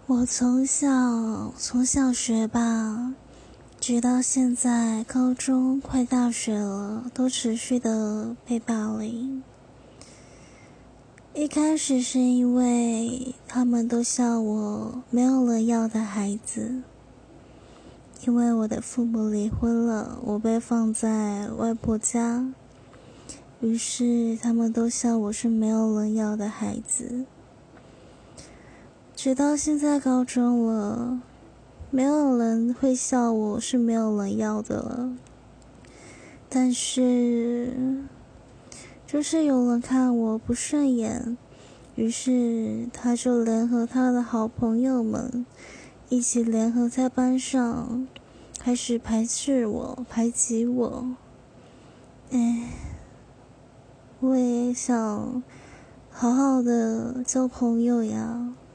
我从小学吧，直到现在高中快大学了，都持续的被霸凌。一开始是因为他们都笑我没有人要的孩子，因为我的父母离婚了，我被放在外婆家，于是他们都笑我是没有人要的孩子。直到现在高中了，没有人会笑我是没有人要的了，但是就是有人看我不顺眼，于是他就联合他的好朋友们一起联合在班上开始排斥我、排挤我。我也想好好的交朋友呀，